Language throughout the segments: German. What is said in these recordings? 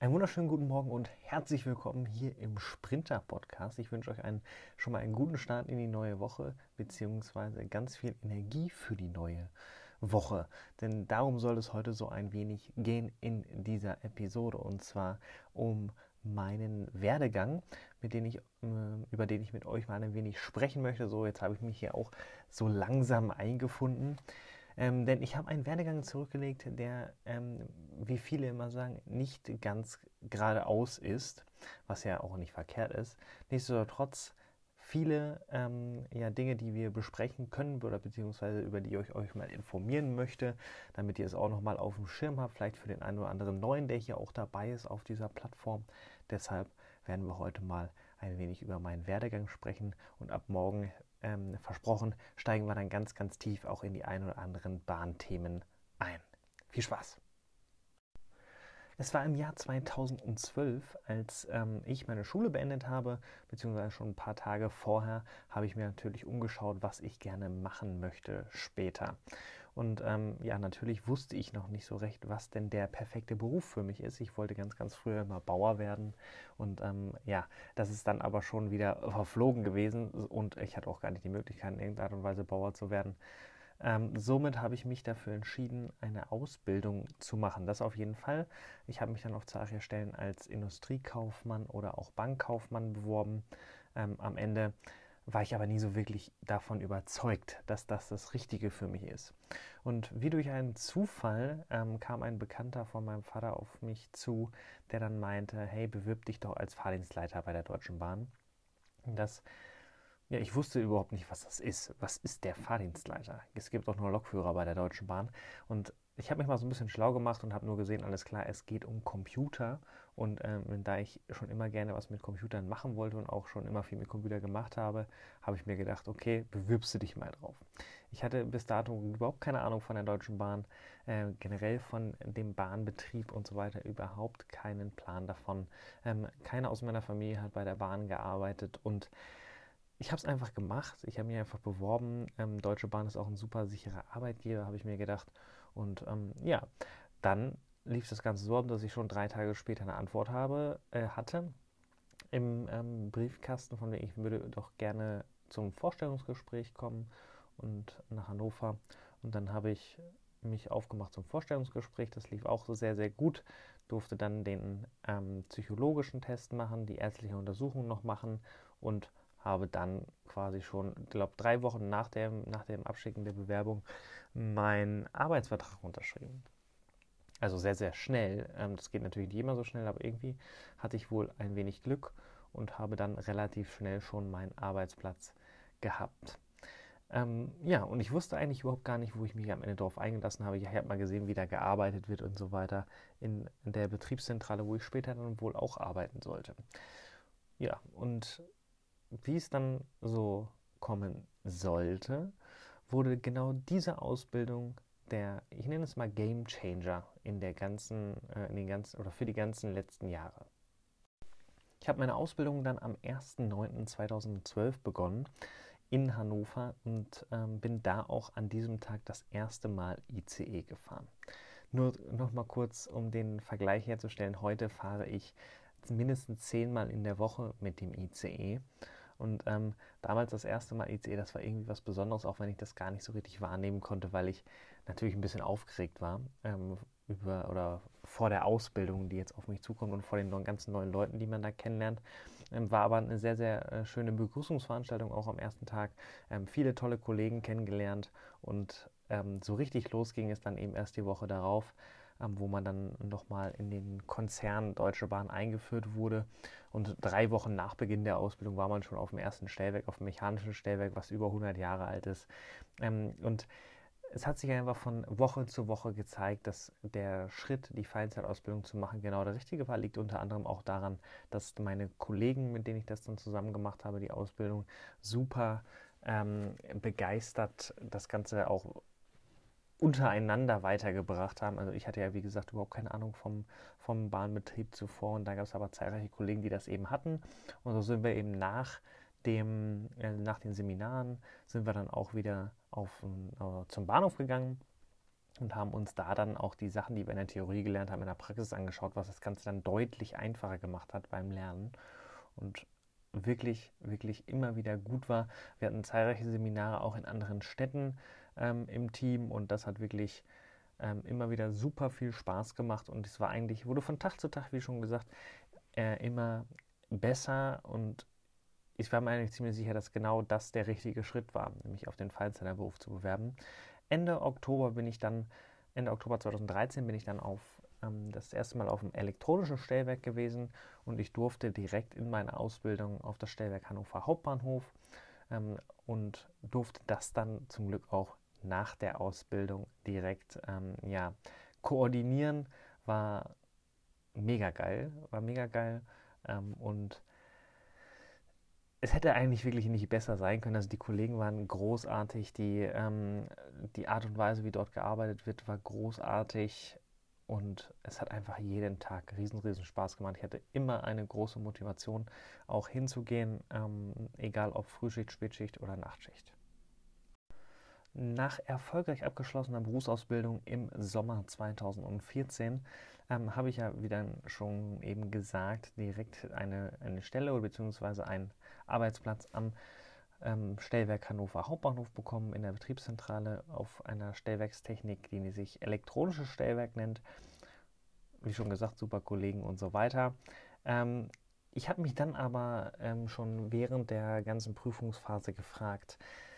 Einen wunderschönen guten Morgen und herzlich willkommen hier im Sprinter-Podcast. Ich wünsche euch schon mal einen guten Start in die neue Woche, beziehungsweise ganz viel Energie für die neue Woche. Denn darum soll es heute so ein wenig gehen in dieser Episode, und zwar um meinen Werdegang, über den ich mit euch mal ein wenig sprechen möchte. So, jetzt habe ich mich hier auch so langsam eingefunden. Denn ich habe einen Werdegang zurückgelegt, der, wie viele immer sagen, nicht ganz geradeaus ist, was ja auch nicht verkehrt ist. Nichtsdestotrotz viele Dinge, die wir besprechen können oder beziehungsweise über die ich euch mal informieren möchte, damit ihr es auch nochmal auf dem Schirm habt, vielleicht für den einen oder anderen Neuen, der hier auch dabei ist auf dieser Plattform. Deshalb werden wir heute mal ein wenig über meinen Werdegang sprechen und ab morgen versprochen, steigen wir dann ganz, ganz tief auch in die ein oder anderen Bahnthemen ein. Viel Spaß! Es war im Jahr 2012, als ich meine Schule beendet habe, beziehungsweise schon ein paar Tage vorher, habe ich mir natürlich umgeschaut, was ich gerne machen möchte später. Und natürlich wusste ich noch nicht so recht, was denn der perfekte Beruf für mich ist. Ich wollte ganz, ganz früher immer Bauer werden und das ist dann aber schon wieder verflogen gewesen und ich hatte auch gar nicht die Möglichkeit, in irgendeiner Art und Weise Bauer zu werden. Somit habe ich mich dafür entschieden, eine Ausbildung zu machen. Das auf jeden Fall. Ich habe mich dann auf zahlreiche Stellen als Industriekaufmann oder auch Bankkaufmann beworben. Am Ende war ich aber nie so wirklich davon überzeugt, dass das Richtige für mich ist. Und wie durch einen Zufall kam ein Bekannter von meinem Vater auf mich zu, der dann meinte, hey, bewirb dich doch als Fahrdienstleiter bei der Deutschen Bahn. Das Ich wusste überhaupt nicht, was das ist. Was ist der Fahrdienstleiter? Es gibt auch nur Lokführer bei der Deutschen Bahn. Und ich habe mich mal so ein bisschen schlau gemacht und habe nur gesehen, alles klar, es geht um Computer. Und da ich schon immer gerne was mit Computern machen wollte und auch schon immer viel mit Computer gemacht habe, habe ich mir gedacht, okay, bewirbst du dich mal drauf. Ich hatte bis dato überhaupt keine Ahnung von der Deutschen Bahn, generell von dem Bahnbetrieb und so weiter, überhaupt keinen Plan davon. Keiner aus meiner Familie hat bei der Bahn gearbeitet und ich habe es einfach gemacht. Ich habe mich einfach beworben. Deutsche Bahn ist auch ein super sicherer Arbeitgeber, habe ich mir gedacht. Und dann lief das Ganze so ab, dass ich schon 3 Tage später eine Antwort hatte im Briefkasten, von wegen, ich würde doch gerne zum Vorstellungsgespräch kommen und nach Hannover. Und dann habe ich mich aufgemacht zum Vorstellungsgespräch. Das lief auch so sehr, sehr gut. Durfte dann den psychologischen Test machen, die ärztliche Untersuchung noch machen und habe dann quasi schon, ich glaube, 3 Wochen nach dem Abschicken der Bewerbung meinen Arbeitsvertrag unterschrieben. Also sehr, sehr schnell. Das geht natürlich nicht immer so schnell, aber irgendwie hatte ich wohl ein wenig Glück und habe dann relativ schnell schon meinen Arbeitsplatz gehabt. Und ich wusste eigentlich überhaupt gar nicht, wo ich mich am Ende darauf eingelassen habe. Ich habe mal gesehen, wie da gearbeitet wird und so weiter in der Betriebszentrale, wo ich später dann wohl auch arbeiten sollte. Ja, und wie es dann so kommen sollte, wurde genau diese Ausbildung ich nenne es mal Game Changer für die ganzen letzten Jahre. Ich habe meine Ausbildung dann am 1.9.2012 begonnen in Hannover und bin da auch an diesem Tag das erste Mal ICE gefahren. Nur noch mal kurz, um den Vergleich herzustellen. Heute fahre ich mindestens 10-mal in der Woche mit dem ICE. Und damals das erste Mal ICE, das war irgendwie was Besonderes, auch wenn ich das gar nicht so richtig wahrnehmen konnte, weil ich natürlich ein bisschen aufgeregt war vor der Ausbildung, die jetzt auf mich zukommt und vor den ganzen neuen Leuten, die man da kennenlernt. War aber eine sehr, sehr schöne Begrüßungsveranstaltung auch am ersten Tag. Viele tolle Kollegen kennengelernt und so richtig los ging es dann eben erst die Woche darauf, wo man dann nochmal in den Konzern Deutsche Bahn eingeführt wurde. Und 3 Wochen nach Beginn der Ausbildung war man schon auf dem ersten Stellwerk, auf dem mechanischen Stellwerk, was über 100 Jahre alt ist. Und es hat sich einfach von Woche zu Woche gezeigt, dass der Schritt, die Feinzeitausbildung zu machen, genau der richtige war. Liegt unter anderem auch daran, dass meine Kollegen, mit denen ich das dann zusammen gemacht habe, die Ausbildung, super begeistert das Ganze auch untereinander weitergebracht haben. Also ich hatte ja, wie gesagt, überhaupt keine Ahnung vom Bahnbetrieb zuvor und da gab es aber zahlreiche Kollegen, die das eben hatten. Und so sind wir eben nach den Seminaren sind wir dann auch wieder zum Bahnhof gegangen und haben uns da dann auch die Sachen, die wir in der Theorie gelernt haben, in der Praxis angeschaut, was das Ganze dann deutlich einfacher gemacht hat beim Lernen und wirklich, wirklich immer wieder gut war. Wir hatten zahlreiche Seminare auch in anderen Städten im Team und das hat wirklich immer wieder super viel Spaß gemacht und es war eigentlich, wurde von Tag zu Tag, wie schon gesagt, immer besser und ich war mir eigentlich ziemlich sicher, dass genau das der richtige Schritt war, nämlich auf den Fallzahlerberuf zu bewerben. Ende Oktober 2013 bin ich dann das erste Mal auf dem elektronischen Stellwerk gewesen und ich durfte direkt in meiner Ausbildung auf das Stellwerk Hannover Hauptbahnhof und durfte das dann zum Glück auch nach der Ausbildung direkt koordinieren. War mega geil, und es hätte eigentlich wirklich nicht besser sein können. Also die Kollegen waren großartig, die Art und Weise, wie dort gearbeitet wird, war großartig und es hat einfach jeden Tag riesen Spaß gemacht. Ich hatte immer eine große Motivation, auch hinzugehen, egal ob Frühschicht, Spätschicht oder Nachtschicht. Nach erfolgreich abgeschlossener Berufsausbildung im Sommer 2014 habe ich ja, wie dann schon eben gesagt, direkt eine Stelle bzw. einen Arbeitsplatz am Stellwerk Hannover Hauptbahnhof bekommen in der Betriebszentrale auf einer Stellwerkstechnik, die sich elektronisches Stellwerk nennt. Wie schon gesagt, super Kollegen und so weiter. Ich habe mich dann aber schon während der ganzen Prüfungsphase gefragt,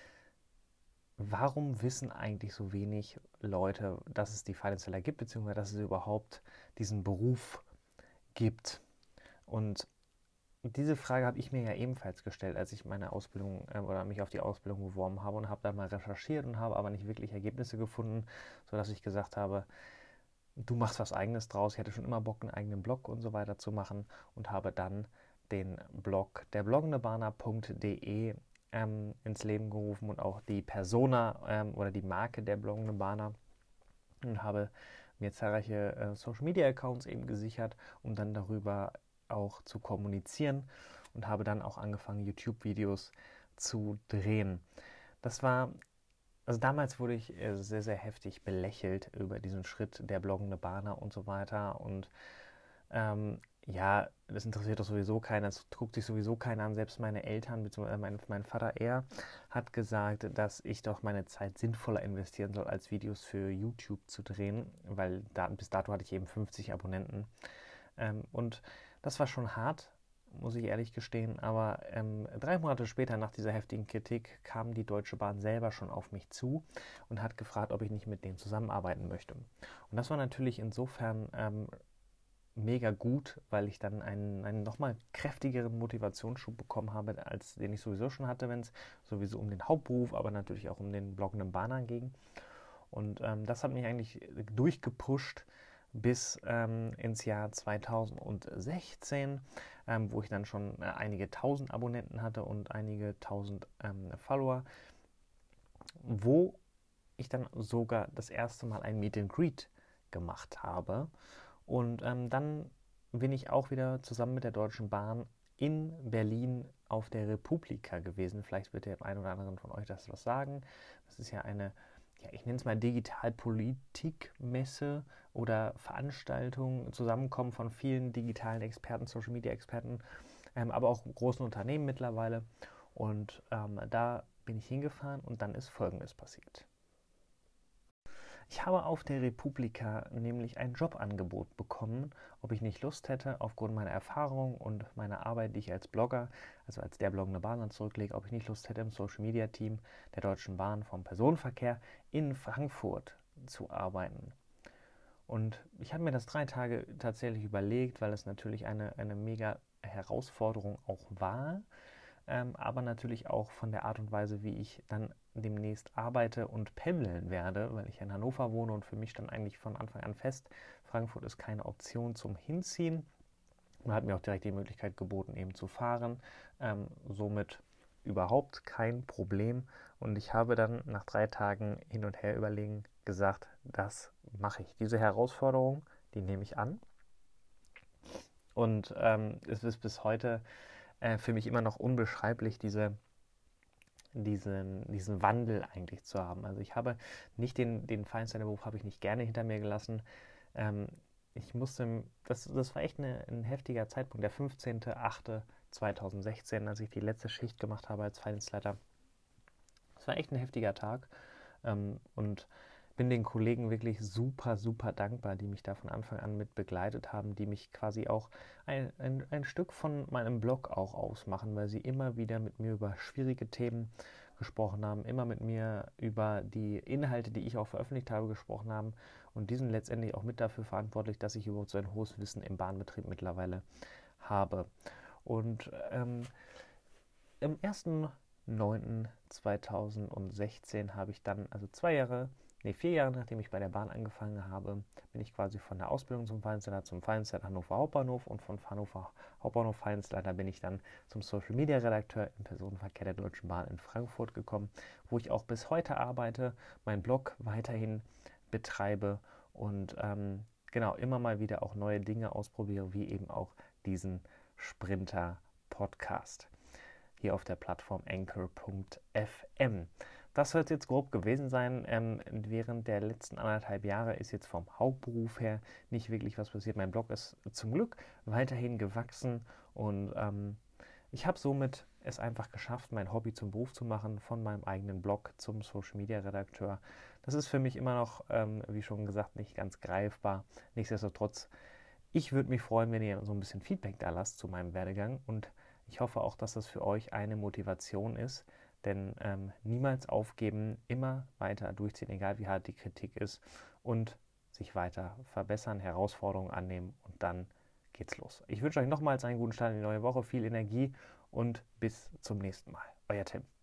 warum wissen eigentlich so wenig Leute, dass es die Fahrinstaller gibt, beziehungsweise dass es überhaupt diesen Beruf gibt? Und diese Frage habe ich mir ja ebenfalls gestellt, als ich meine Ausbildung oder mich auf die Ausbildung beworben habe und habe dann mal recherchiert und habe aber nicht wirklich Ergebnisse gefunden, sodass ich gesagt habe, du machst was Eigenes draus. Ich hatte schon immer Bock, einen eigenen Blog und so weiter zu machen und habe dann den Blog derbloggendebahner.de ins Leben gerufen und auch die Persona oder die Marke der bloggende Bahner und habe mir zahlreiche Social Media Accounts eben gesichert, um dann darüber auch zu kommunizieren und habe dann auch angefangen, YouTube-Videos zu drehen. Also damals wurde ich sehr heftig belächelt über diesen Schritt der bloggende Bahner und so weiter und ja, das interessiert doch sowieso keiner, das guckt sich sowieso keiner an. Selbst meine Eltern, beziehungsweise mein Vater hat gesagt, dass ich doch meine Zeit sinnvoller investieren soll, als Videos für YouTube zu drehen, weil bis dato hatte ich eben 50 Abonnenten. Und das war schon hart, muss ich ehrlich gestehen, aber 3 Monate später, nach dieser heftigen Kritik, kam die Deutsche Bahn selber schon auf mich zu und hat gefragt, ob ich nicht mit denen zusammenarbeiten möchte. Und das war natürlich insofern mega gut, weil ich dann einen nochmal kräftigeren Motivationsschub bekommen habe, als den ich sowieso schon hatte, wenn es sowieso um den Hauptberuf, aber natürlich auch um den bloggenden Bahner ging. Und das hat mich eigentlich durchgepusht bis ins Jahr 2016, wo ich dann schon einige tausend Abonnenten hatte und einige tausend Follower, wo ich dann sogar das erste Mal ein Meet and Greet gemacht habe. Und dann bin ich auch wieder zusammen mit der Deutschen Bahn in Berlin auf der Republika gewesen. Vielleicht wird dem einen oder anderen von euch das was sagen. Das ist ja eine, ja, ich nenne es mal Digitalpolitikmesse oder Veranstaltung, Zusammenkommen von vielen digitalen Experten, Social Media Experten, aber auch großen Unternehmen mittlerweile. Und da bin ich hingefahren und dann ist Folgendes passiert. Ich habe auf der Republika nämlich ein Jobangebot bekommen, ob ich nicht Lust hätte, aufgrund meiner Erfahrung und meiner Arbeit, die ich als Blogger, also als der bloggende Bahner zurücklege, ob ich nicht Lust hätte, im Social Media Team der Deutschen Bahn vom Personenverkehr in Frankfurt zu arbeiten. Und ich habe mir das 3 Tage tatsächlich überlegt, weil es natürlich eine mega Herausforderung auch war, aber natürlich auch von der Art und Weise, wie ich dann demnächst arbeite und pendeln werde, weil ich in Hannover wohne und für mich stand eigentlich von Anfang an fest, Frankfurt ist keine Option zum Hinziehen. Man hat mir auch direkt die Möglichkeit geboten, eben zu fahren, somit überhaupt kein Problem. Und ich habe dann nach 3 Tagen hin und her überlegen gesagt, das mache ich. Diese Herausforderung, die nehme ich an. Und es ist bis heute für mich immer noch unbeschreiblich, diese diesen Wandel eigentlich zu haben. Also ich habe nicht den Feinsteinerberuf habe ich nicht gerne hinter mir gelassen. Ähm, das war echt ein heftiger Zeitpunkt, der 15.08.2016, als ich die letzte Schicht gemacht habe als Feinstleiter. Das war echt ein heftiger Tag, und bin den Kollegen wirklich super, super dankbar, die mich da von Anfang an mit begleitet haben, die mich quasi auch ein Stück von meinem Blog auch ausmachen, weil sie immer wieder mit mir über schwierige Themen gesprochen haben, immer mit mir über die Inhalte, die ich auch veröffentlicht habe, gesprochen haben, und die sind letztendlich auch mit dafür verantwortlich, dass ich überhaupt so ein hohes Wissen im Bahnbetrieb mittlerweile habe. Und im 1.9.2016 habe ich dann, also 4 Jahre nachdem ich bei der Bahn angefangen habe, bin ich quasi von der Ausbildung zum Feinsteller Hannover Hauptbahnhof, und von Hannover Hauptbahnhof Feinsteller bin ich dann zum Social Media Redakteur im Personenverkehr der Deutschen Bahn in Frankfurt gekommen, wo ich auch bis heute arbeite, meinen Blog weiterhin betreibe und genau immer mal wieder auch neue Dinge ausprobiere, wie eben auch diesen Sprinter Podcast hier auf der Plattform Anchor.fm. Das soll es jetzt grob gewesen sein. Während der letzten 1,5 Jahre ist jetzt vom Hauptberuf her nicht wirklich was passiert. Mein Blog ist zum Glück weiterhin gewachsen, und ich habe somit es einfach geschafft, mein Hobby zum Beruf zu machen, von meinem eigenen Blog zum Social Media Redakteur. Das ist für mich immer noch, wie schon gesagt, nicht ganz greifbar. Nichtsdestotrotz, ich würde mich freuen, wenn ihr so ein bisschen Feedback da lasst zu meinem Werdegang, und ich hoffe auch, dass das für euch eine Motivation ist, denn niemals aufgeben, immer weiter durchziehen, egal wie hart die Kritik ist, und sich weiter verbessern, Herausforderungen annehmen, und dann geht's los. Ich wünsche euch nochmals einen guten Start in die neue Woche, viel Energie, und bis zum nächsten Mal. Euer Tim.